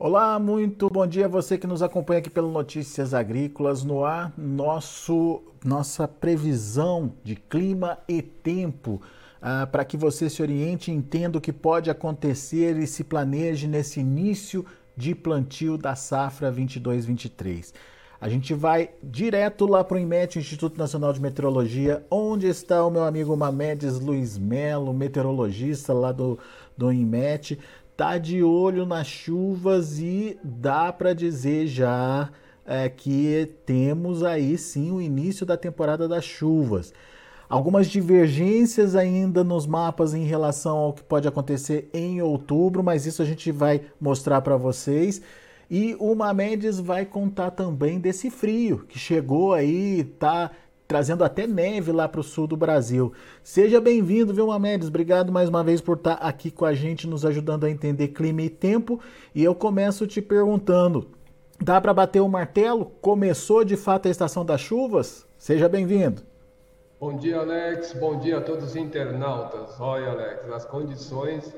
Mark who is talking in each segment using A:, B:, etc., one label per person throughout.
A: Olá, muito bom dia a você que nos acompanha aqui pelo Notícias Agrícolas no ar, nossa previsão de clima e tempo, para que você se oriente e entenda o que pode acontecer e se planeje nesse início de plantio da safra 22-23. A gente vai direto lá para o INMET, Instituto Nacional de Meteorologia, onde está o meu amigo Mamedes Luiz Melo, meteorologista lá do INMET. Tá de olho nas chuvas e dá para dizer já que temos aí sim o início da temporada das chuvas. Algumas divergências ainda nos mapas em relação ao que pode acontecer em outubro, mas isso a gente vai mostrar para vocês. E o Mamedes vai contar também desse frio que chegou aí, tá trazendo até neve lá para o sul do Brasil. Seja bem-vindo, viu, Mamedes? Obrigado mais uma vez por estar aqui com a gente, nos ajudando a entender clima e tempo. E eu começo te perguntando, dá para bater o martelo? Começou de fato a estação das chuvas? Seja bem-vindo.
B: Bom dia, Alex. Bom dia a todos os internautas. Olha, Alex, as condições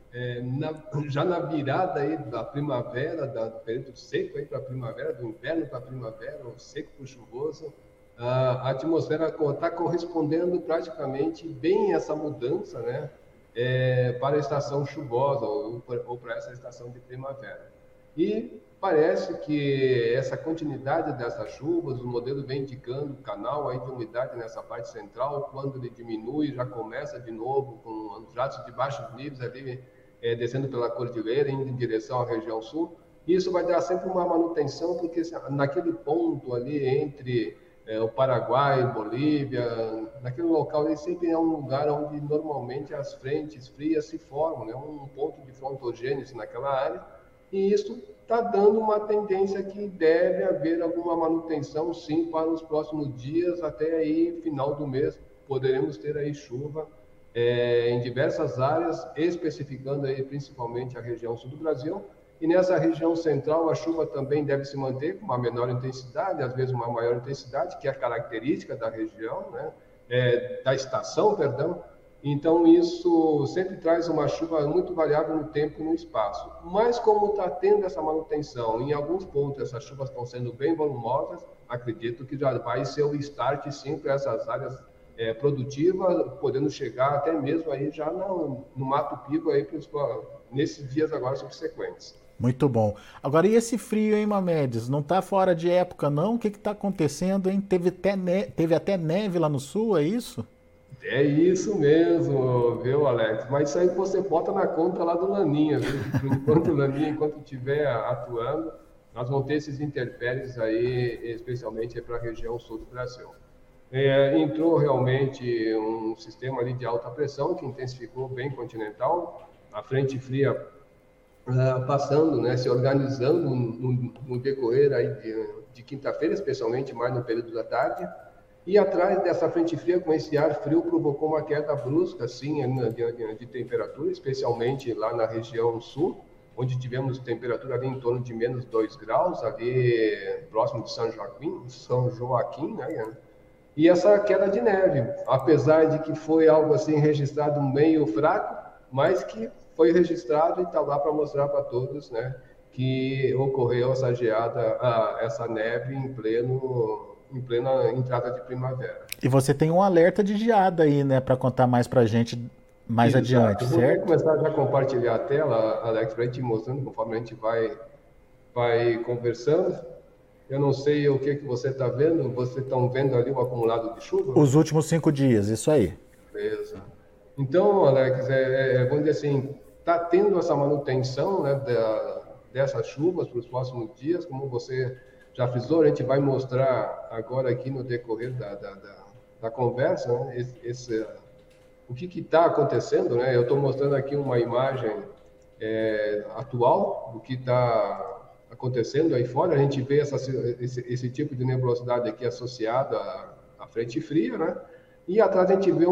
B: já na virada aí da primavera, do período seco para a primavera, do inverno para a primavera, o seco para o chuvoso, a atmosfera está correspondendo praticamente bem essa mudança, né, para a estação chuvosa ou para essa estação de primavera. E parece que essa continuidade dessas chuvas, o modelo vem indicando o canal aí de umidade nessa parte central, quando ele diminui, já começa de novo com jatos de baixos níveis ali, descendo pela cordilheira, indo em direção à região sul. Isso vai dar sempre uma manutenção, porque naquele ponto ali entre o Paraguai, Bolívia, naquele local ali sempre é um lugar onde normalmente as frentes frias se formam, né? Um ponto de frontogênese naquela área, e isso está dando uma tendência que deve haver alguma manutenção, sim, para os próximos dias, até aí final do mês, poderemos ter aí chuva em diversas áreas, especificando aí principalmente a região sul do Brasil. E nessa região central, a chuva também deve se manter com uma menor intensidade, às vezes uma maior intensidade, que é a característica da região, né? Da estação, perdão. Então, isso sempre traz uma chuva muito variável no tempo e no espaço. Mas, como está tendo essa manutenção, em alguns pontos essas chuvas estão sendo bem volumosas, acredito que já vai ser o start, sim, para essas áreas produtivas, podendo chegar até mesmo aí já no Mato Piba, aí, nesses dias agora subsequentes.
A: Muito bom. Agora, e esse frio, hein, Mamedes? Não tá fora de época, não? O que que tá acontecendo, hein? Teve até neve lá no sul, é isso?
B: É isso mesmo, viu, Alex? Mas isso aí você bota na conta lá do Laninha, viu? Que por enquanto o Laninha, enquanto estiver atuando, nós vamos ter esses intempéries aí, especialmente para a região sul do Brasil. Entrou realmente um sistema ali de alta pressão que intensificou bem continental, a frente fria passando, né, se organizando no decorrer aí de quinta-feira, especialmente mais no período da tarde. E atrás dessa frente fria, com esse ar frio, provocou uma queda brusca, assim, de temperatura, especialmente lá na região sul, onde tivemos temperatura ali em torno de menos 2 graus, ali próximo de São Joaquim, né? E essa queda de neve, apesar de que foi algo assim registrado meio fraco, mas que foi registrado e está lá para mostrar para todos, né, que ocorreu essa geada, essa neve em plena entrada de primavera.
A: E você tem um alerta de geada aí, né, para contar mais pra gente mais
B: Exato.
A: adiante,
B: Eu vou até
A: certo?
B: começar já a compartilhar a tela, Alex, para a gente ir mostrando conforme a gente vai conversando. Eu não sei o que você está vendo. Vocês estão vendo ali o acumulado de chuva?
A: Os últimos 5 dias, isso aí.
B: Beleza. Então, Alex, vamos dizer assim, está tendo essa manutenção, né, dessas chuvas para os próximos dias, como você já frisou, a gente vai mostrar agora aqui no decorrer da conversa, né, o que está acontecendo, né? Eu estou mostrando aqui uma imagem atual do que está acontecendo aí fora. A gente vê esse tipo de nebulosidade aqui associada à frente fria, né? E atrás a gente vê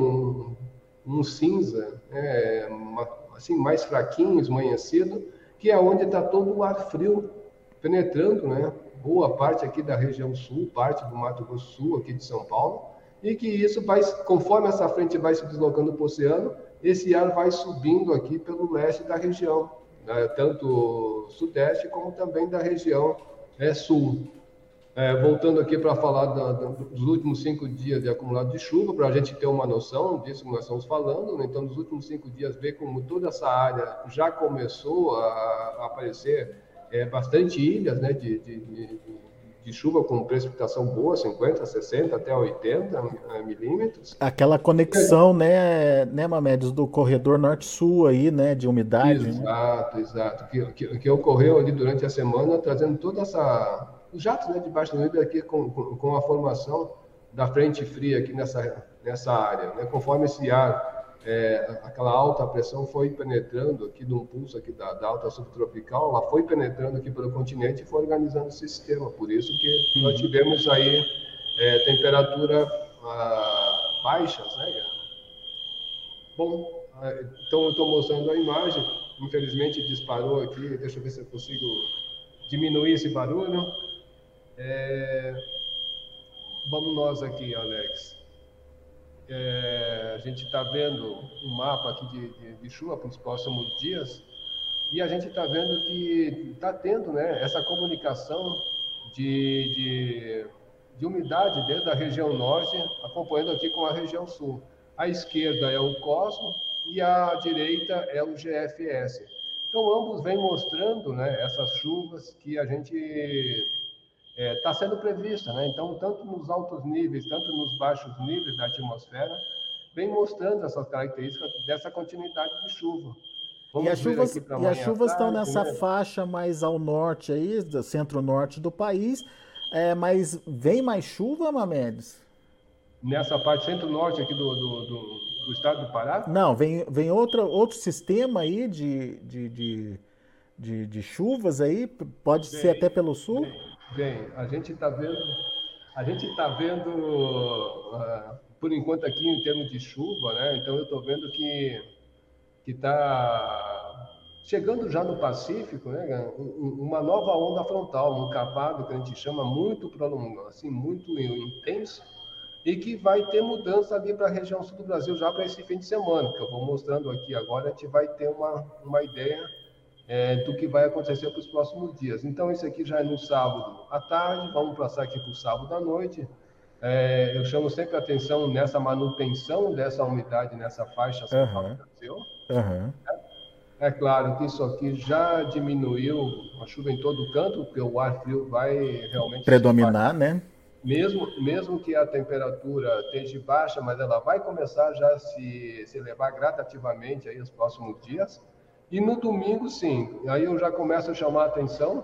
B: um cinza, assim, mais fraquinho, esmanhecido, que é onde está todo o ar frio penetrando, né? Boa parte aqui da região sul, parte do Mato Grosso do Sul, aqui de São Paulo, e que isso vai, conforme essa frente vai se deslocando para o oceano, esse ar vai subindo aqui pelo leste da região. né, tanto sudeste como também da região sul. Voltando aqui para falar dos últimos 5 dias de acumulado de chuva, para a gente ter uma noção disso que nós estamos falando, né? Então, nos últimos 5 dias, ver como toda essa área já começou a aparecer bastante ilhas, né, de chuva com precipitação boa, 50, 60 até 80 milímetros.
A: Aquela conexão, né, Mamedes, do corredor norte-sul aí, né, de umidade, né?
B: Exato. Que ocorreu ali durante a semana, trazendo toda os jatos, né, de baixo nível aqui com a formação da frente fria aqui nessa área, né? Conforme esse ar, aquela alta pressão foi penetrando aqui de um pulso aqui da alta subtropical, ela foi penetrando aqui pelo continente e foi organizando o sistema. Por isso que nós tivemos aí temperatura baixas, né? Bom, então eu estou mostrando a imagem, infelizmente disparou aqui, deixa eu ver se eu consigo diminuir esse barulho. Vamos nós aqui, Alex. A gente está vendo um mapa aqui de chuva para os próximos dias e a gente está vendo que está tendo, né, essa comunicação de umidade dentro da região norte, acompanhando aqui com a região sul. À esquerda é o Cosmo e à direita é o GFS. Então, ambos vêm mostrando, né, essas chuvas que a gente está sendo prevista, né? Então, tanto nos altos níveis, tanto nos baixos níveis da atmosfera, vem mostrando essas características dessa continuidade de chuva. Vamos ver aqui para amanhã.
A: E as chuvas estão
B: tarde,
A: nessa
B: né?
A: faixa mais ao norte aí, do centro-norte do país, mas vem mais chuva, Mamedes?
B: Nessa parte centro-norte aqui do estado do Pará.
A: Não, vem outro sistema aí de chuvas aí, pode ser até pelo sul?
B: Bem, a gente está vendo, por enquanto aqui em termos de chuva, né? Então eu estou vendo que está chegando já no Pacífico, né? Uma nova onda frontal, um cavado que a gente chama muito prolongado, assim, muito intenso, e que vai ter mudança ali para a região sul do Brasil já para esse fim de semana, que eu vou mostrando aqui agora, a gente vai ter uma ideia do que vai acontecer para os próximos dias. Então, isso aqui já é no sábado à tarde, vamos passar aqui para o sábado à noite. Eu chamo sempre a atenção nessa manutenção dessa umidade nessa faixa central do Brasil. É claro que isso aqui já diminuiu a chuva em todo canto, porque o ar frio vai realmente
A: predominar, né?
B: Mesmo que a temperatura esteja baixa, mas ela vai começar já a se elevar gradativamente aí os próximos dias. E no domingo, sim, aí eu já começo a chamar a atenção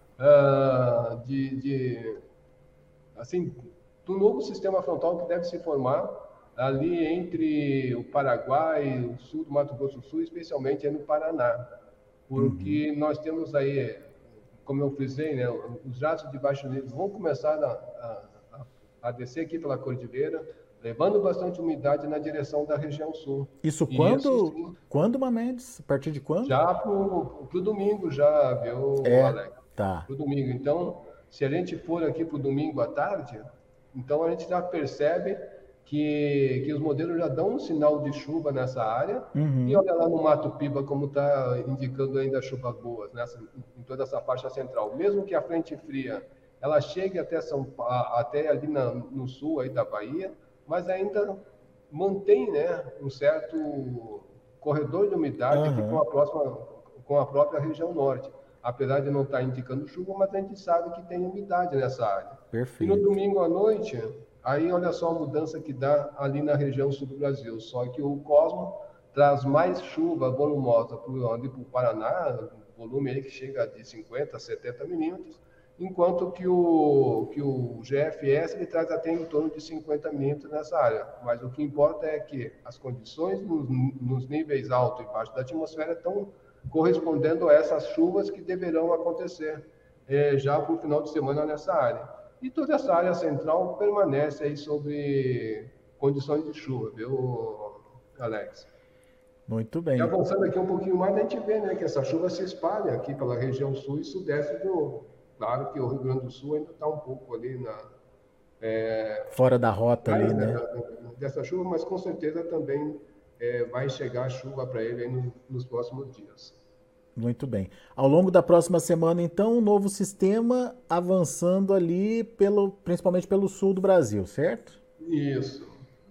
B: assim, do novo sistema frontal que deve se formar ali entre o Paraguai, o sul do Mato Grosso do Sul, especialmente no Paraná. Porque nós temos aí, como eu frisei, né, os jatos de baixo nível vão começar a descer aqui pela cordilheira, levando bastante umidade na direção da região sul.
A: Isso quando, Mamedes? A partir de quando?
B: Já pro domingo, já, viu, Alex?
A: Tá.
B: Pro domingo. Então, se a gente for aqui pro domingo à tarde, então a gente já percebe que os modelos já dão um sinal de chuva nessa área. E olha lá no Mato Piba como está indicando ainda chuvas boas em toda essa faixa central. Mesmo que a frente fria ela chegue até ali no sul aí da Bahia, mas ainda mantém, né, um certo corredor de umidade aqui com a própria região norte. Apesar de não estar indicando chuva, mas a gente sabe que tem umidade nessa área.
A: Perfeito.
B: E no domingo à noite, aí olha só a mudança que dá ali na região sul do Brasil. Só que o Cosmo traz mais chuva volumosa ali para o Paraná, volume aí que chega de 50 a 70 milímetros, enquanto que o GFS ele traz até em torno de 50 milímetros nessa área. Mas o que importa é que as condições nos níveis alto e baixo da atmosfera estão correspondendo a essas chuvas que deverão acontecer já para o final de semana nessa área. E toda essa área central permanece aí sobre condições de chuva, viu, Alex?
A: Muito bem.
B: E avançando aqui um pouquinho mais, a gente vê, né, que essa chuva se espalha aqui pela região sul e sudeste Claro que o Rio Grande do Sul ainda está um pouco ali
A: fora da rota ali, né?
B: Dessa chuva, mas com certeza também vai chegar chuva para ele aí nos próximos dias.
A: Muito bem. Ao longo da próxima semana, então, um novo sistema avançando ali principalmente pelo sul do Brasil, certo?
B: Isso.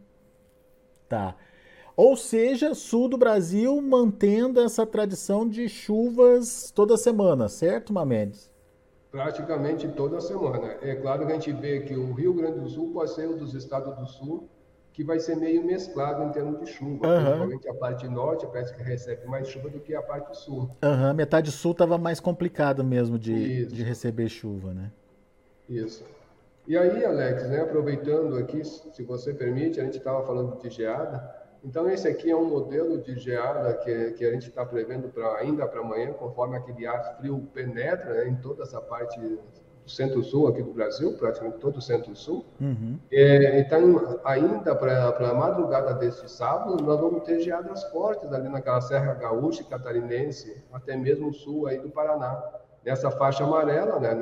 A: Tá. Ou seja, sul do Brasil mantendo essa tradição de chuvas toda semana, certo, Mamedes?
B: Praticamente toda semana. É claro que a gente vê que o Rio Grande do Sul pode ser um dos estados do Sul que vai ser meio mesclado em termos de chuva,
A: Aham.
B: principalmente a parte norte, parece que recebe mais chuva do que a parte sul.
A: Aham. Metade sul estava mais complicado mesmo de
B: Isso,
A: receber chuva, né?
B: isso. E aí, Alex, né, aproveitando aqui, se você permite, a gente estava falando de geada. Então, esse aqui é um modelo de geada que a gente está prevendo ainda para amanhã, conforme aquele ar frio penetra, né, em toda essa parte do centro-sul aqui do Brasil, praticamente todo o centro-sul.
A: Uhum.
B: Então, ainda para a madrugada deste sábado, nós vamos ter geadas fortes ali naquela Serra Gaúcha e Catarinense, até mesmo o sul aí do Paraná. Nessa faixa amarela, né,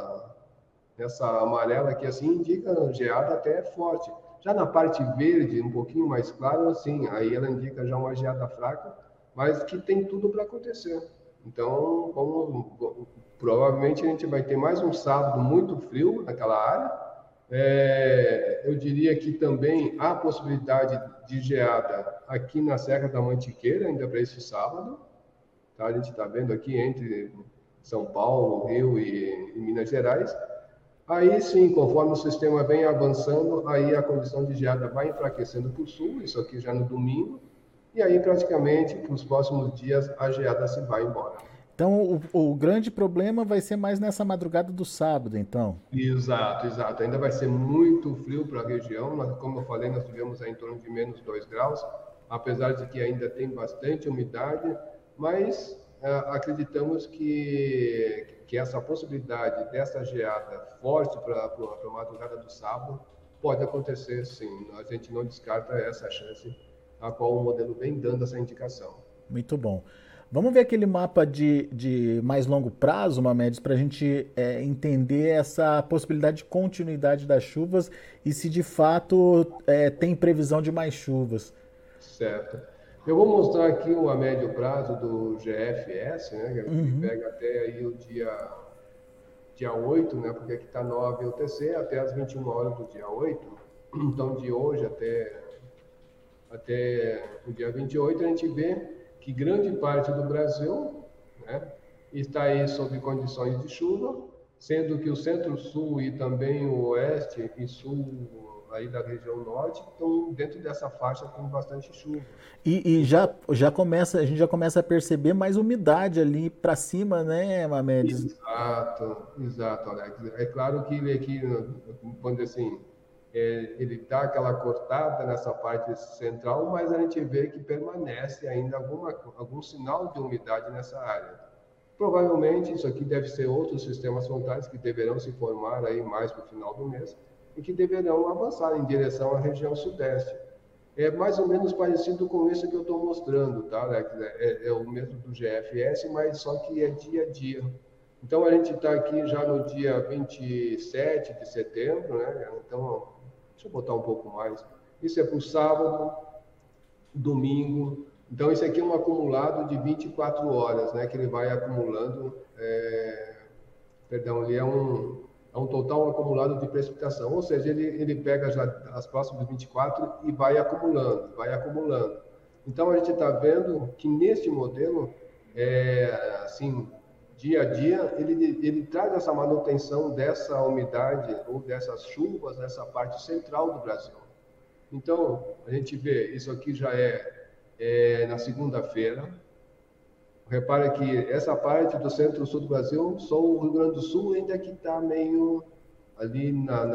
B: nessa amarela que assim indica geada até forte. Já na parte verde, um pouquinho mais claro, assim, aí ela indica já uma geada fraca, mas que tem tudo para acontecer. Então, provavelmente a gente vai ter mais um sábado muito frio naquela área. Eu diria que também há possibilidade de geada aqui na Serra da Mantiqueira, ainda para esse sábado. Tá? A gente está vendo aqui entre São Paulo, Rio e Minas Gerais. Aí sim, conforme o sistema vem avançando, aí a condição de geada vai enfraquecendo para o sul, isso aqui já no domingo, e aí praticamente para os próximos dias a geada se vai embora.
A: Então, o grande problema vai ser mais nessa madrugada do sábado, então.
B: Exato, exato. Ainda vai ser muito frio para a região, como eu falei, nós tivemos aí em torno de menos 2 graus, apesar de que ainda tem bastante umidade, mas acreditamos que essa possibilidade dessa geada forte para a madrugada do sábado pode acontecer sim. A gente não descarta essa chance, a qual o modelo vem dando essa indicação.
A: Muito bom. Vamos ver aquele mapa de mais longo prazo, Mamedes, para a gente entender essa possibilidade de continuidade das chuvas e se de fato tem previsão de mais chuvas.
B: Certo. Eu vou mostrar aqui o a médio prazo do GFS, né, que pega até aí o dia 8, né, porque aqui está 9 UTC, até as 21 horas do dia 8. Então, de hoje até o dia 28, a gente vê que grande parte do Brasil, né, está aí sob condições de chuva, sendo que o centro-sul e também o oeste e sul aí da região norte estão dentro dessa faixa com bastante chuva.
A: E
B: Então,
A: a gente já começa a perceber mais umidade ali para cima, né, Mamedes?
B: exato, exato, Alex. É claro que ele aqui, quando assim, ele dá aquela cortada nessa parte central, mas a gente vê que permanece ainda algum sinal de umidade nessa área. Provavelmente isso aqui deve ser outros sistemas frontais que deverão se formar aí mais para o final do mês e que deverão avançar em direção à região sudeste. É mais ou menos parecido com isso que eu estou mostrando, tá, Alex? É o mesmo do GFS, mas só que é dia a dia. Então a gente está aqui já no dia 27 de setembro, né? Então, deixa eu botar um pouco mais. Isso é para o sábado, domingo. Então, esse aqui é um acumulado de 24 horas, né? Que ele vai acumulando. Perdão, ele é um total acumulado de precipitação. Ou seja, ele pega já as próximas 24 e vai acumulando, vai acumulando. Então, a gente está vendo que neste modelo, assim, dia a dia, ele traz essa manutenção dessa umidade ou dessas chuvas nessa parte central do Brasil. Então, a gente vê, isso aqui já é na segunda-feira. Repara que essa parte do centro-sul do Brasil, só o Rio Grande do Sul ainda que está meio ali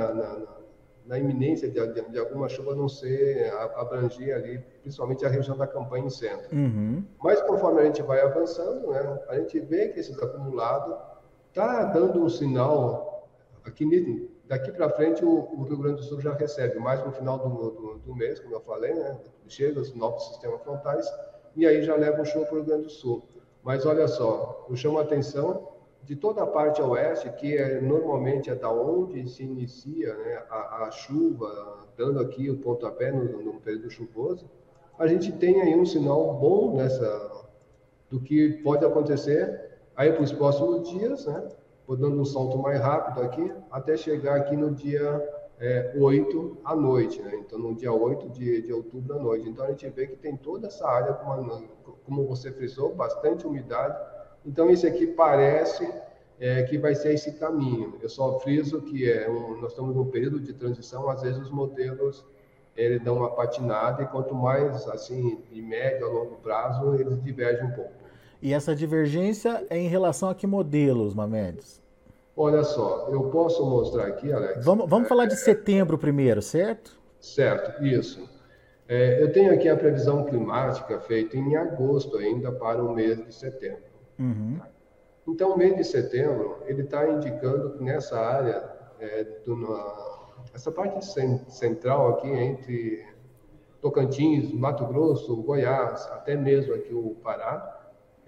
B: na iminência de alguma chuva não ser abranger ali, principalmente a região da Campanha e Centro.
A: Uhum.
B: Mas conforme a gente vai avançando, né, a gente vê que esses acumulados está dando um sinal aqui daqui para frente o Rio Grande do Sul já recebe mais no final do mês, como eu falei, né, chega os novos sistemas frontais e aí já leva o chuva para o Rio Grande do Sul. Mas olha só, eu chamo a atenção de toda a parte oeste, que normalmente é da onde se inicia, né, a chuva, dando aqui o pontapé no período chuvoso, a gente tem aí um sinal bom do que pode acontecer aí para os próximos dias, né? Vou dando um salto mais rápido aqui, até chegar aqui no dia 8 à noite, né? Então, no dia 8 de outubro à noite. Então, a gente vê que tem toda essa área, como você frisou, bastante umidade. Então, isso aqui parece que vai ser esse caminho. Eu só friso que nós estamos num período de transição, às vezes os modelos eles dão uma patinada e quanto mais, assim, de médio a longo prazo, eles divergem um pouco.
A: E essa divergência é em relação a que modelos, Mamedes?
B: Olha só, eu posso mostrar aqui, Alex.
A: Vamos falar de setembro primeiro, certo?
B: Certo, isso. Eu tenho aqui a previsão climática feita em agosto ainda para o mês de setembro.
A: Uhum.
B: Então, o mês de setembro, ele está indicando que nessa área, essa parte central aqui entre Tocantins, Mato Grosso, Goiás, até mesmo aqui o Pará,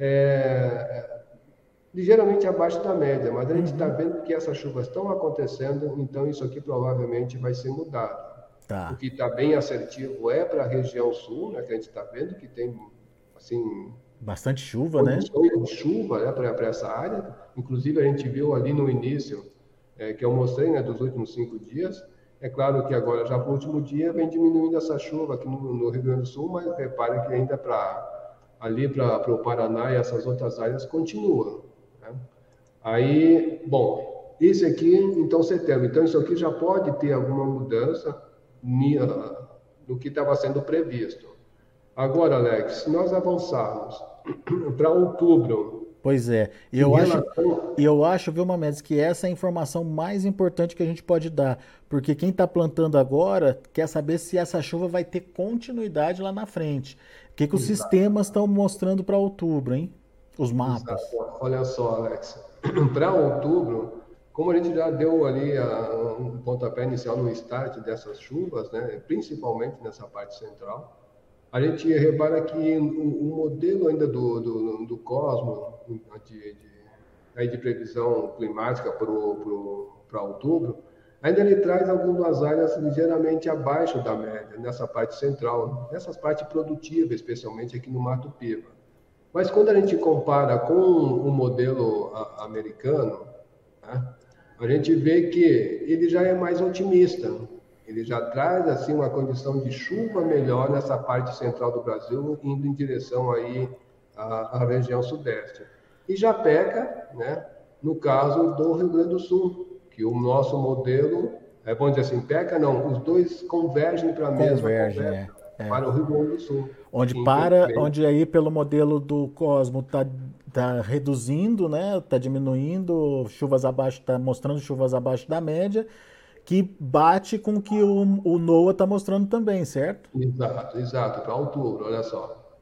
B: ligeiramente abaixo da média, mas a gente está vendo que essas chuvas estão acontecendo, então isso aqui provavelmente vai ser mudado.
A: Tá.
B: O que está bem assertivo é para a região sul, né, que a gente está vendo que tem assim
A: bastante chuva, né?
B: Condições de chuva, né, para essa área. Inclusive a gente viu ali no início que eu mostrei, né, dos últimos 5 dias. É claro que agora já para o último dia vem diminuindo essa chuva aqui no Rio Grande do Sul, mas repare que ainda ali para o Paraná e essas outras áreas continua. Né? Aí, bom, esse aqui, então, setembro. Então, isso aqui já pode ter alguma mudança no que estava sendo previsto. Agora, Alex, se nós avançarmos para outubro...
A: Pois é, eu acho, viu, Mamedes, que essa é a informação mais importante que a gente pode dar, porque quem está plantando agora quer saber se essa chuva vai ter continuidade lá na frente. O que os sistemas estão mostrando para outubro, hein? Os mapas.
B: Exato. Olha só, Alex, para outubro, como a gente já deu ali um pontapé inicial no start dessas chuvas, né, principalmente nessa parte central, a gente repara que o modelo ainda do Cosmo, de previsão climática para outubro, ainda ele traz algumas áreas ligeiramente abaixo da média, nessa parte central, nessas partes produtivas, especialmente aqui no Mato Piba. Mas quando a gente compara com o modelo americano, né, a gente vê que ele já é mais otimista. Ele já traz assim uma condição de chuva melhor nessa parte central do Brasil, indo em direção aí à região sudeste. E já peca, né, no caso do Rio Grande do Sul, que o nosso modelo, vamos dizer assim, peca não, os dois convergem para a mesma conversa, para o Rio Grande do Sul.
A: Onde aí pelo modelo do Cosmo tá reduzindo, né, tá diminuindo, tá mostrando chuvas abaixo da média, que bate com o que o NOAA está mostrando também, certo?
B: Exato, para outubro, olha só.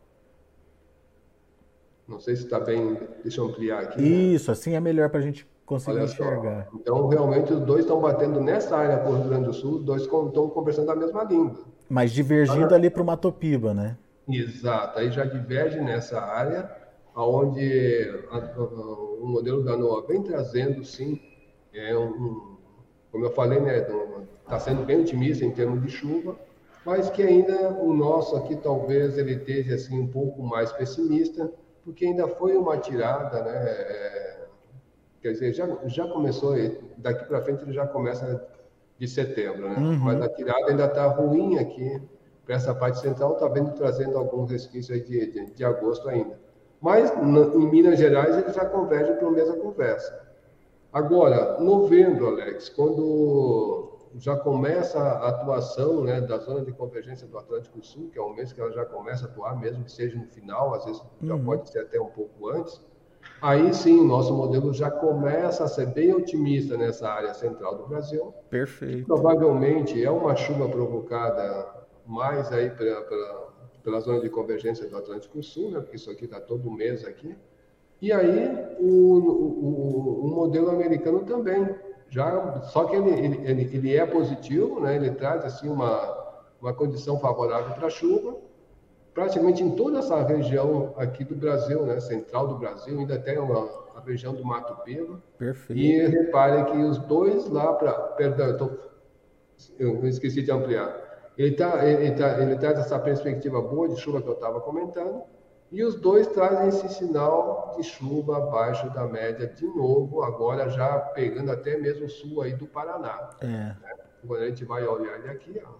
B: Não sei se está bem, deixa eu ampliar aqui.
A: Isso, né? Assim é melhor para a gente conseguir enxergar.
B: Então, realmente, os dois estão batendo nessa área para o Rio Grande do Sul, os dois estão conversando a mesma língua.
A: Mas divergindo ali para o Mato Piba, né?
B: Exato, aí já diverge nessa área, onde o modelo da NOAA vem trazendo, sim, como eu falei, né, está sendo bem otimista em termos de chuva, mas que ainda o nosso aqui talvez ele esteja assim um pouco mais pessimista, porque ainda foi uma tirada, né? Quer dizer, já começou, daqui para frente ele já começa de setembro, né?
A: Uhum.
B: Mas a tirada ainda está ruim aqui para essa parte central, está vendo trazendo alguns resquícios aí de agosto ainda. Mas em Minas Gerais ele já converge para a mesma conversa. Agora, novembro, Alex, quando já começa a atuação, né, da zona de convergência do Atlântico Sul, que é um mês que ela já começa a atuar, mesmo que seja no final, às vezes já pode ser até um pouco antes, aí sim o nosso modelo já começa a ser bem otimista nessa área central do Brasil.
A: Perfeito.
B: Provavelmente é uma chuva provocada mais aí pela zona de convergência do Atlântico Sul, né, porque isso aqui está todo mês aqui. E aí o modelo americano também, só que ele é positivo, né? Ele traz assim uma condição favorável para a chuva, praticamente em toda essa região aqui do Brasil, né? Central do Brasil, ainda tem a região do Mato Piba.
A: Perfeito.
B: E repare que os dois lá perdão, eu esqueci de ampliar. Ele traz essa perspectiva boa de chuva que eu estava comentando. E os dois trazem esse sinal de chuva abaixo da média de novo, agora já pegando até mesmo o sul aí do Paraná.
A: É.
B: Quando a gente vai olhar ele aqui, ó.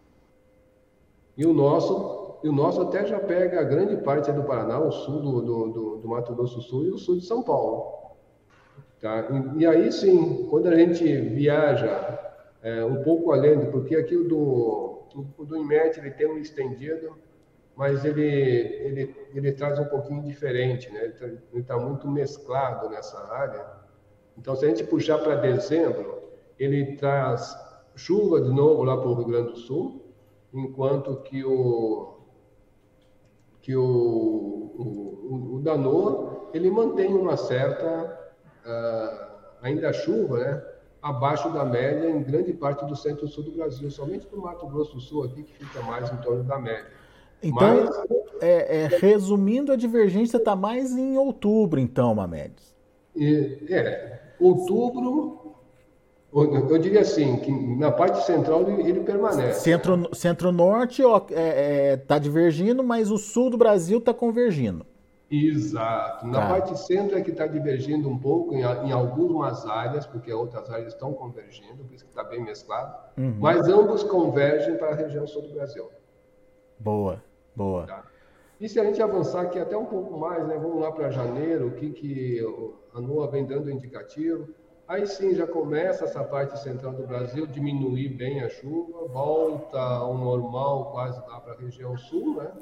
B: E o nosso até já pega a grande parte do Paraná, o sul do Mato Grosso do Sul e o sul de São Paulo. Tá? E aí sim, quando a gente viaja um pouco além, porque aqui o do IMET ele tem um estendido, mas ele traz um pouquinho diferente, né? Ele está muito mesclado nessa área. Então, se a gente puxar para dezembro, ele traz chuva de novo lá para o Rio Grande do Sul, enquanto que o da NOAA, ele mantém uma certa ainda chuva, né? Abaixo da média em grande parte do centro-sul do Brasil, somente no Mato Grosso do Sul aqui que fica mais em torno da média.
A: Então, resumindo, a divergência está mais em outubro, então, Mamedes.
B: Outubro, eu diria assim, que na parte central ele permanece.
A: Centro-norte está divergindo, mas o sul do Brasil está convergindo.
B: Exato. Na parte centro é que está divergindo um pouco em algumas áreas, porque outras áreas estão convergindo, por isso que está bem mesclado. Uhum. Mas ambos convergem para a região sul do Brasil.
A: Boa, boa.
B: Tá. E se a gente avançar aqui até um pouco mais, né? Vamos lá para janeiro, o que a NOAA vem dando indicativo. Aí sim já começa essa parte central do Brasil diminuir bem a chuva, volta ao normal quase lá para a região sul, né?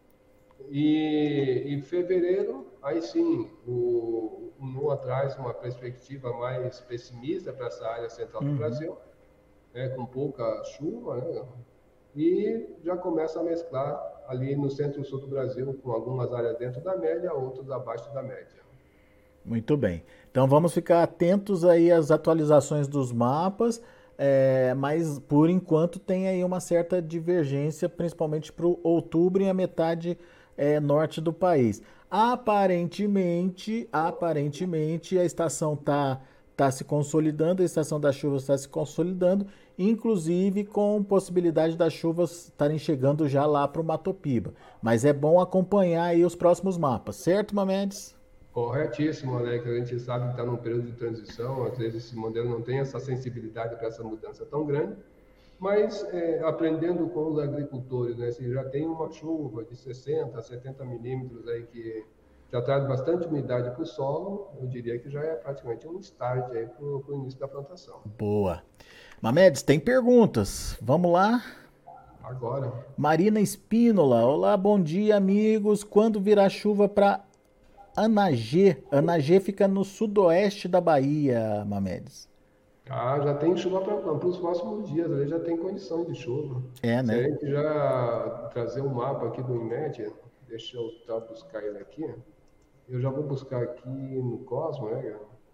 B: E em fevereiro, aí sim, o NOAA traz uma perspectiva mais pessimista para essa área central do Brasil, né, com pouca chuva, né, e já começa a mesclar ali no centro-sul do Brasil, com algumas áreas dentro da média, outras abaixo da média.
A: Muito bem. Então vamos ficar atentos aí às atualizações dos mapas, mas por enquanto tem aí uma certa divergência, principalmente para o outubro e a metade norte do país. Aparentemente a estação tá se consolidando, a estação das chuvas está se consolidando, inclusive com possibilidade das chuvas estarem chegando já lá para o Mato Piba. Mas é bom acompanhar aí os próximos mapas, certo, Mamedes?
B: Corretíssimo, Alex. A gente sabe que está num período de transição, às vezes esse modelo não tem essa sensibilidade para essa mudança tão grande, mas aprendendo com os agricultores, né? Se já tem uma chuva de 60, 70 milímetros aí que já traz bastante umidade para o solo, eu diria que já é praticamente um start aí para o início da plantação.
A: Boa. Mamedes, tem perguntas. Vamos lá?
B: Agora.
A: Marina Espínola. Olá, bom dia, amigos. Quando virá chuva para Anagê? Anagê fica no sudoeste da Bahia, Mamedes.
B: Já tem chuva para os próximos dias, ali já tem condição de chuva.
A: Né?
B: Se a gente já trazer um mapa aqui do IMET, deixa eu buscar ele aqui. Eu já vou buscar aqui no Cosmo, né?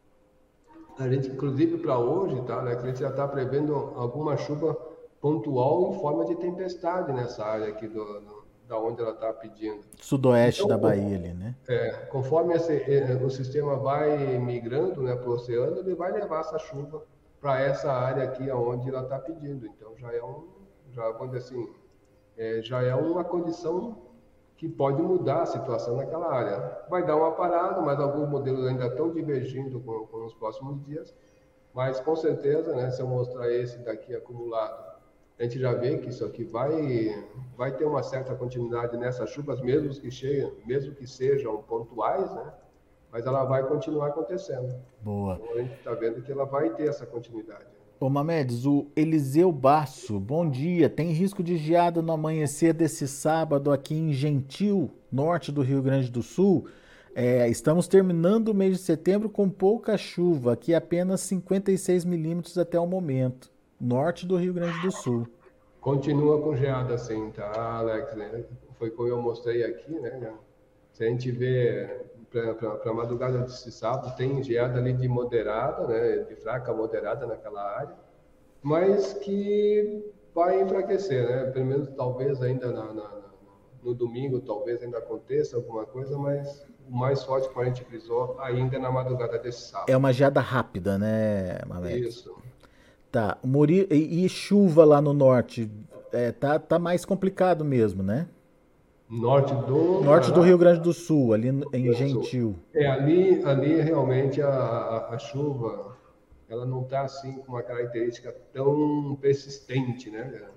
B: A gente, inclusive para hoje, tá, né? A gente já está prevendo alguma chuva pontual em forma de tempestade nessa área aqui da onde ela está pedindo.
A: Sudoeste então, da Bahia ali, né?
B: Conforme o sistema vai migrando, né, para o oceano, ele vai levar essa chuva para essa área aqui onde ela está pedindo. Então vamos dizer assim, já é uma condição que pode mudar a situação naquela área. Vai dar uma parada, mas alguns modelos ainda estão divergindo com os próximos dias. Mas com certeza, né, se eu mostrar esse daqui acumulado, a gente já vê que isso aqui vai ter uma certa continuidade nessas chuvas, mesmo que sejam pontuais, né? Mas ela vai continuar acontecendo.
A: Boa.
B: Então a gente está vendo que ela vai ter essa continuidade.
A: Ô Mamedes, o Eliseu Basso, bom dia. Tem risco de geada no amanhecer desse sábado aqui em Gentil, norte do Rio Grande do Sul? Estamos terminando o mês de setembro com pouca chuva, aqui apenas 56 milímetros até o momento, norte do Rio Grande do Sul.
B: Continua com geada sim, tá, Alex? Foi como eu mostrei aqui, né? Se a gente vê para a madrugada desse sábado, tem geada ali de moderada, né? De fraca a moderada naquela área, mas que vai enfraquecer, né? Pelo menos talvez ainda no domingo, talvez ainda aconteça alguma coisa, mas o mais forte que a gente frisou ainda é na madrugada desse sábado.
A: É uma geada rápida, né, Mamedes?
B: Isso.
A: Tá. E chuva lá no norte, tá mais complicado mesmo, né? Norte do Rio Grande do Sul, ali em
B: Grande do Sul.
A: Gentil.
B: Ali realmente a chuva, ela não está assim com uma característica tão persistente, né, cara?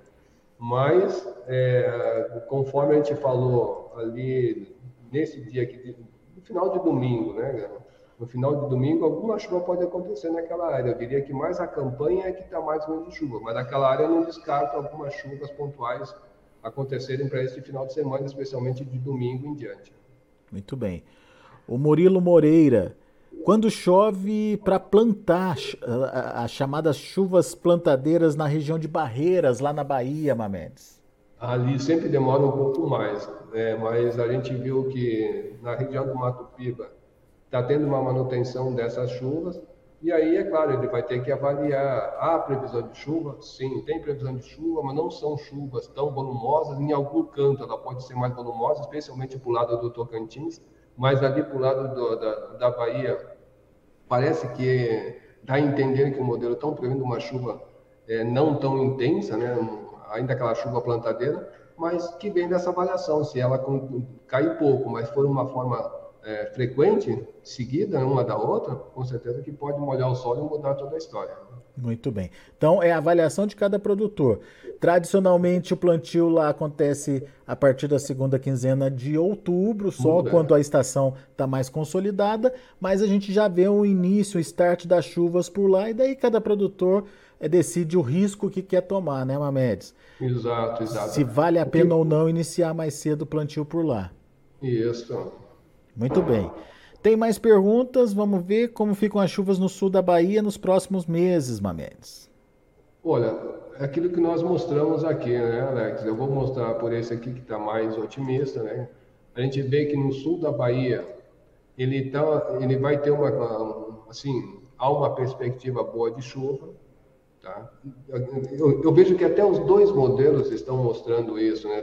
B: Mas, conforme a gente falou ali, nesse dia aqui, no final de domingo, né, cara? No final de domingo, alguma chuva pode acontecer naquela área. Eu diria que mais a campanha é que está mais ou menos de chuva, mas naquela área eu não descarto algumas chuvas pontuais acontecerem para esse final de semana, especialmente de domingo em diante.
A: Muito bem. O Murilo Moreira, quando chove para plantar, as chamadas chuvas plantadeiras na região de Barreiras, lá na Bahia, Mamedes.
B: Ali sempre demora um pouco mais, né? Mas a gente viu que na região do Mato Piba está tendo uma manutenção dessas chuvas, e aí, é claro, ele vai ter que avaliar a previsão de chuva. Sim, tem previsão de chuva, mas não são chuvas tão volumosas. Em algum canto ela pode ser mais volumosa, especialmente para o lado do Tocantins, mas ali para o lado da Bahia, parece que dá a entender que o modelo estão prevendo uma chuva não tão intensa, né? Ainda aquela chuva plantadeira, mas que vem dessa avaliação. Se ela cair pouco, mas for uma forma frequente, seguida uma da outra, com certeza que pode molhar o solo e mudar toda a história.
A: Muito bem. Então, é a avaliação de cada produtor. Tradicionalmente, o plantio lá acontece a partir da segunda quinzena de outubro, só
B: Tudo,
A: quando a estação está mais consolidada, mas a gente já vê o início, o start das chuvas por lá, e daí cada produtor decide o risco que quer tomar, né, Mamedes?
B: Exato,
A: Se
B: exato.
A: vale a
B: O que...
A: pena ou não iniciar mais cedo o plantio por lá.
B: Isso.
A: Muito bem. Tem mais perguntas? Vamos ver como ficam as chuvas no sul da Bahia nos próximos meses, Mamedes.
B: Olha, é aquilo que nós mostramos aqui, né, Alex? Eu vou mostrar por esse aqui que está mais otimista, né? A gente vê que no sul da Bahia ele vai ter assim, há uma perspectiva boa de chuva, tá? Eu vejo que até os dois modelos estão mostrando isso, né?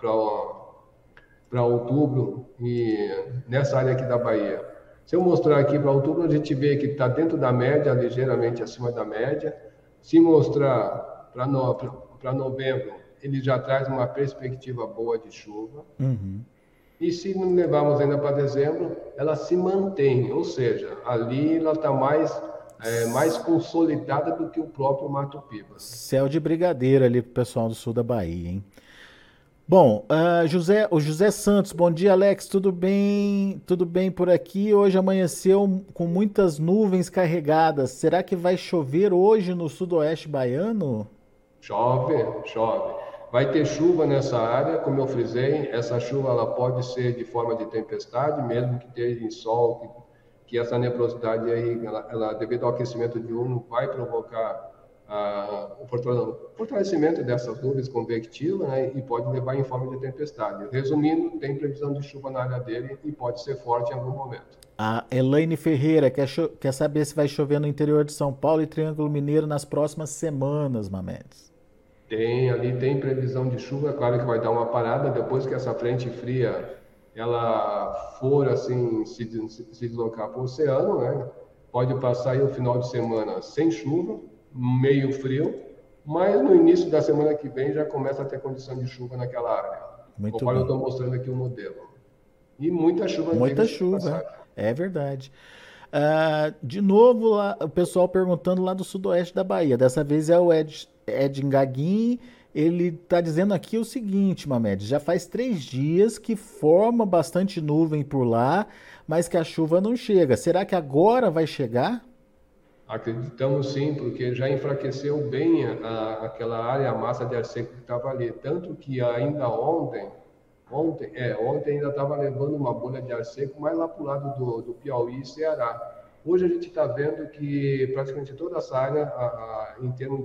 B: Para outubro e nessa área aqui da Bahia. Se eu mostrar aqui para outubro, a gente vê que está dentro da média, ligeiramente acima da média. Se mostrar para novembro, ele já traz uma perspectiva boa de chuva.
A: Uhum.
B: E se não levarmos ainda para dezembro, ela se mantém, ou seja, ali ela está mais consolidada do que o próprio Mato Piba.
A: Céu de brigadeiro ali pro pessoal do sul da Bahia, hein? Bom, o José Santos, bom dia, Alex, tudo bem? Tudo bem por aqui? Hoje amanheceu com muitas nuvens carregadas. Será que vai chover hoje no sudoeste baiano?
B: Chove, chove. Vai ter chuva nessa área, como eu frisei, essa chuva ela pode ser de forma de tempestade, mesmo que esteja em sol, que essa nebulosidade aí, devido ao aquecimento diurno, vai provocar o fortalecimento dessas nuvens convectivas, né, e pode levar em forma de tempestade. Resumindo, tem previsão de chuva na área dele e pode ser forte em algum momento.
A: A Elaine Ferreira quer saber se vai chover no interior de São Paulo e Triângulo Mineiro nas próximas semanas, Mamedes.
B: Ali tem previsão de chuva, claro que vai dar uma parada depois que essa frente fria ela for assim se deslocar para o oceano, né? Pode passar aí o final de semana sem chuva, meio frio, mas no início da semana que vem já começa a ter condição de chuva naquela área.
A: Muito
B: Conforme eu
A: bem.
B: estou mostrando aqui o modelo. E muita chuva,
A: Muita
B: diga-se de
A: chuva,
B: passagem.
A: é verdade. De novo, lá, o pessoal perguntando lá do sudoeste da Bahia. Dessa vez é o Ed Ngaguin. Ele está dizendo aqui o seguinte, Mamed, já faz 3 dias que forma bastante nuvem por lá, mas que a chuva não chega. Será que agora vai chegar?
B: Acreditamos sim, porque já enfraqueceu bem aquela área, a massa de ar seco que estava ali. Tanto que ainda ontem ainda estava levando uma bolha de ar seco mais lá para o lado do Piauí e Ceará. Hoje a gente está vendo que praticamente toda essa área, em termos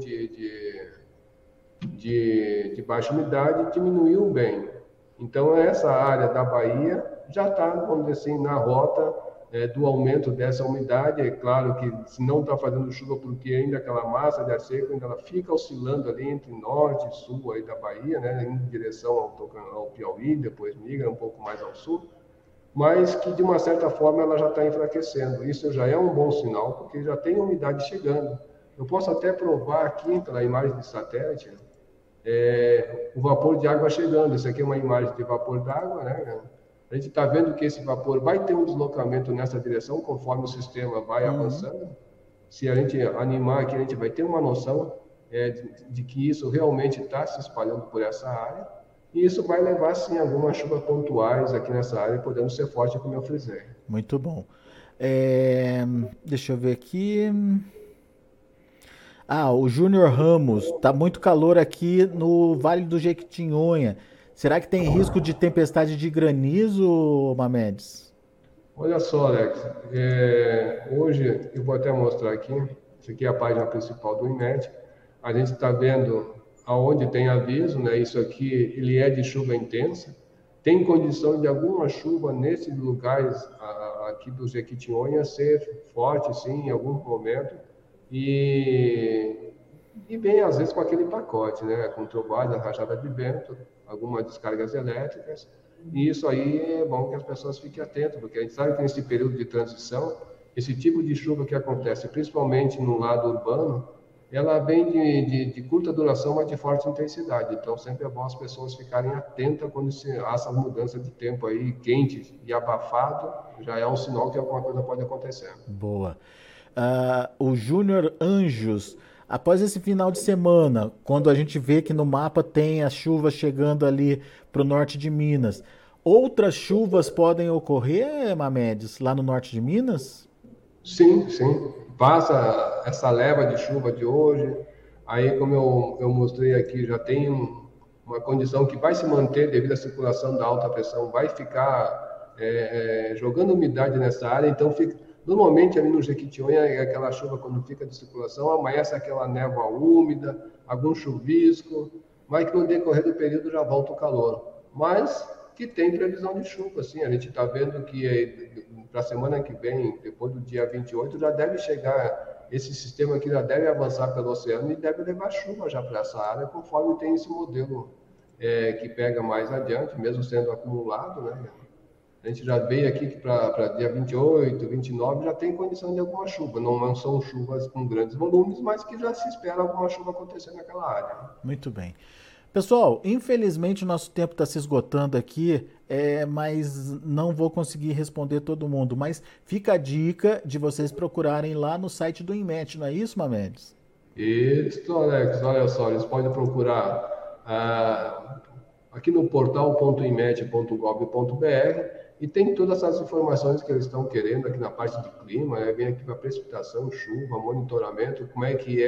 B: de baixa umidade, diminuiu bem. Então, essa área da Bahia já está, vamos dizer assim, na rota do aumento dessa umidade. É claro que se não está fazendo chuva, porque ainda aquela massa de ar seco ainda ela fica oscilando ali entre norte e sul aí da Bahia, né, em direção ao Piauí, depois migra um pouco mais ao sul, mas que de uma certa forma ela já está enfraquecendo. Isso já é um bom sinal, porque já tem umidade chegando. Eu posso até provar aqui pela imagem de satélite o vapor de água chegando. Isso aqui é uma imagem de vapor d'água, né? A gente está vendo que esse vapor vai ter um deslocamento nessa direção conforme o sistema vai avançando. Se a gente animar aqui, a gente vai ter uma noção de que isso realmente está se espalhando por essa área. E isso vai levar, sim, algumas chuvas pontuais aqui nessa área, podendo ser forte, como eu frisei.
A: Muito bom. Deixa eu ver aqui. O Júnior Ramos. Tá muito calor aqui no Vale do Jequitinhonha. Será que tem risco de tempestade de granizo, Mamedes?
B: Olha só, Alex. Hoje eu vou até mostrar aqui. Essa aqui é a página principal do INMET. A gente está vendo aonde tem aviso, né? Isso aqui ele é de chuva intensa. Tem condição de alguma chuva nesses lugares aqui do Jequitinhonha ser forte, sim, em algum momento. E vem, às vezes, com aquele pacote, né? Com trovada, rajada de vento, algumas descargas elétricas. E isso aí é bom que as pessoas fiquem atentas, porque a gente sabe que nesse período de transição, esse tipo de chuva que acontece, principalmente no lado urbano, ela vem de curta duração, mas de forte intensidade. Então, sempre é bom as pessoas ficarem atentas quando há essa mudança de tempo aí, quente e abafado, já é um sinal que alguma coisa pode acontecer.
A: Boa. O Júnior Anjos, após esse final de semana, quando a gente vê que no mapa tem as chuvas chegando ali para o norte de Minas, outras chuvas podem ocorrer, Mamedes, lá no norte de Minas?
B: Sim, sim. Passa essa leva de chuva de hoje, aí como eu mostrei aqui, já tem uma condição que vai se manter devido à circulação da alta pressão, vai ficar jogando umidade nessa área, então normalmente ali no Jequitinhonha, aquela chuva quando fica de circulação, amanhece aquela névoa úmida, algum chuvisco, mas que no decorrer do período já volta o calor. Mas que tem previsão de chuva, assim, a gente está vendo que para a semana que vem, depois do dia 28, já deve chegar, esse sistema aqui já deve avançar pelo oceano e deve levar chuva já para essa área, conforme tem esse modelo que pega mais adiante, mesmo sendo acumulado, né? A gente já veio aqui que para dia 28, 29 já tem condição de alguma chuva. Não são chuvas com grandes volumes, mas que já se espera alguma chuva acontecer naquela área.
A: Muito bem. Pessoal, infelizmente o nosso tempo está se esgotando aqui, mas não vou conseguir responder todo mundo. Mas fica a dica de vocês procurarem lá no site do INMET, não é isso, Mamedes?
B: Isso, Alex. Olha só, eles podem procurar aqui no portal.imet.gov.br e tem todas essas informações que eles estão querendo aqui na parte de clima, vem aqui para precipitação, chuva, monitoramento, como é que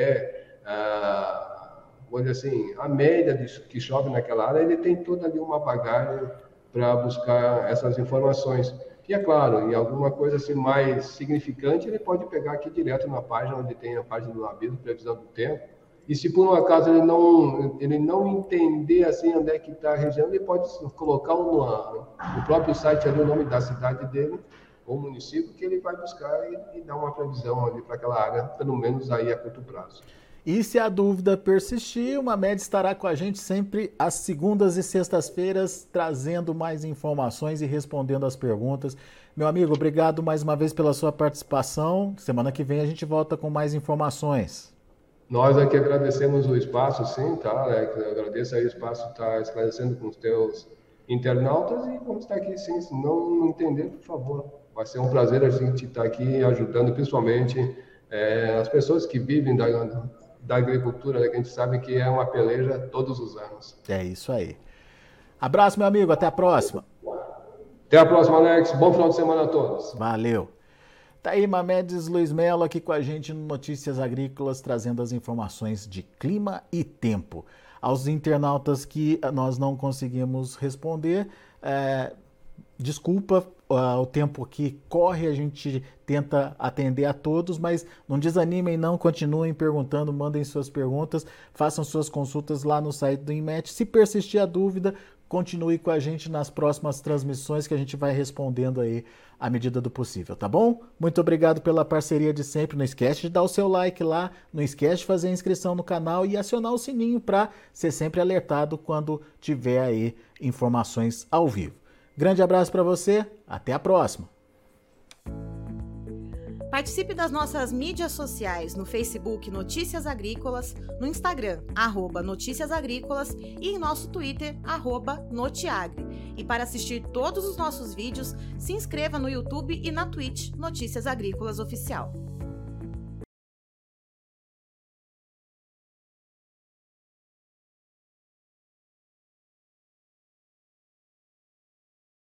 B: vamos dizer assim, a média que chove naquela área, ele tem toda ali uma bagagem para buscar essas informações. E é claro, em alguma coisa assim mais significante, ele pode pegar aqui direto na página, onde tem a página do aviso, previsão do tempo. E se por um acaso ele não entender assim onde é que está a região, ele pode colocar no próprio site ali o nome da cidade dele, ou município, que ele vai buscar e dar uma previsão ali para aquela área, pelo menos aí a curto prazo.
A: E se a dúvida persistir, o Mamed estará com a gente sempre às segundas e sextas-feiras, trazendo mais informações e respondendo as perguntas. Meu amigo, obrigado mais uma vez pela sua participação. Semana que vem a gente volta com mais informações.
B: Nós aqui agradecemos o espaço, sim, tá, Alex? Eu agradeço aí o espaço estar esclarecendo com os teus internautas e vamos estar aqui, sim. Se não entender, por favor. Vai ser um prazer a gente estar aqui ajudando, principalmente as pessoas que vivem da agricultura, né, que a gente sabe que é uma peleja todos os anos.
A: É isso aí. Abraço, meu amigo. Até a próxima.
B: Até a próxima, Alex. Bom final de semana a todos.
A: Valeu. Tá aí Mamedes Luiz Melo aqui com a gente no Notícias Agrícolas, trazendo as informações de clima e tempo. Aos internautas que nós não conseguimos responder, desculpa, o tempo que corre, a gente tenta atender a todos, mas não desanimem não, continuem perguntando, mandem suas perguntas, façam suas consultas lá no site do INMET. Se persistir a dúvida, continue com a gente nas próximas transmissões que a gente vai respondendo aí à medida do possível, tá bom? Muito obrigado pela parceria de sempre. Não esquece de dar o seu like lá, não esquece de fazer a inscrição no canal e acionar o sininho para ser sempre alertado quando tiver aí informações ao vivo. Grande abraço para você, até a próxima!
C: Participe das nossas mídias sociais no Facebook Notícias Agrícolas, no Instagram @Notícias Agrícolas e em nosso Twitter @Notiagre. E para assistir todos os nossos vídeos, se inscreva no YouTube e na Twitch Notícias Agrícolas Oficial.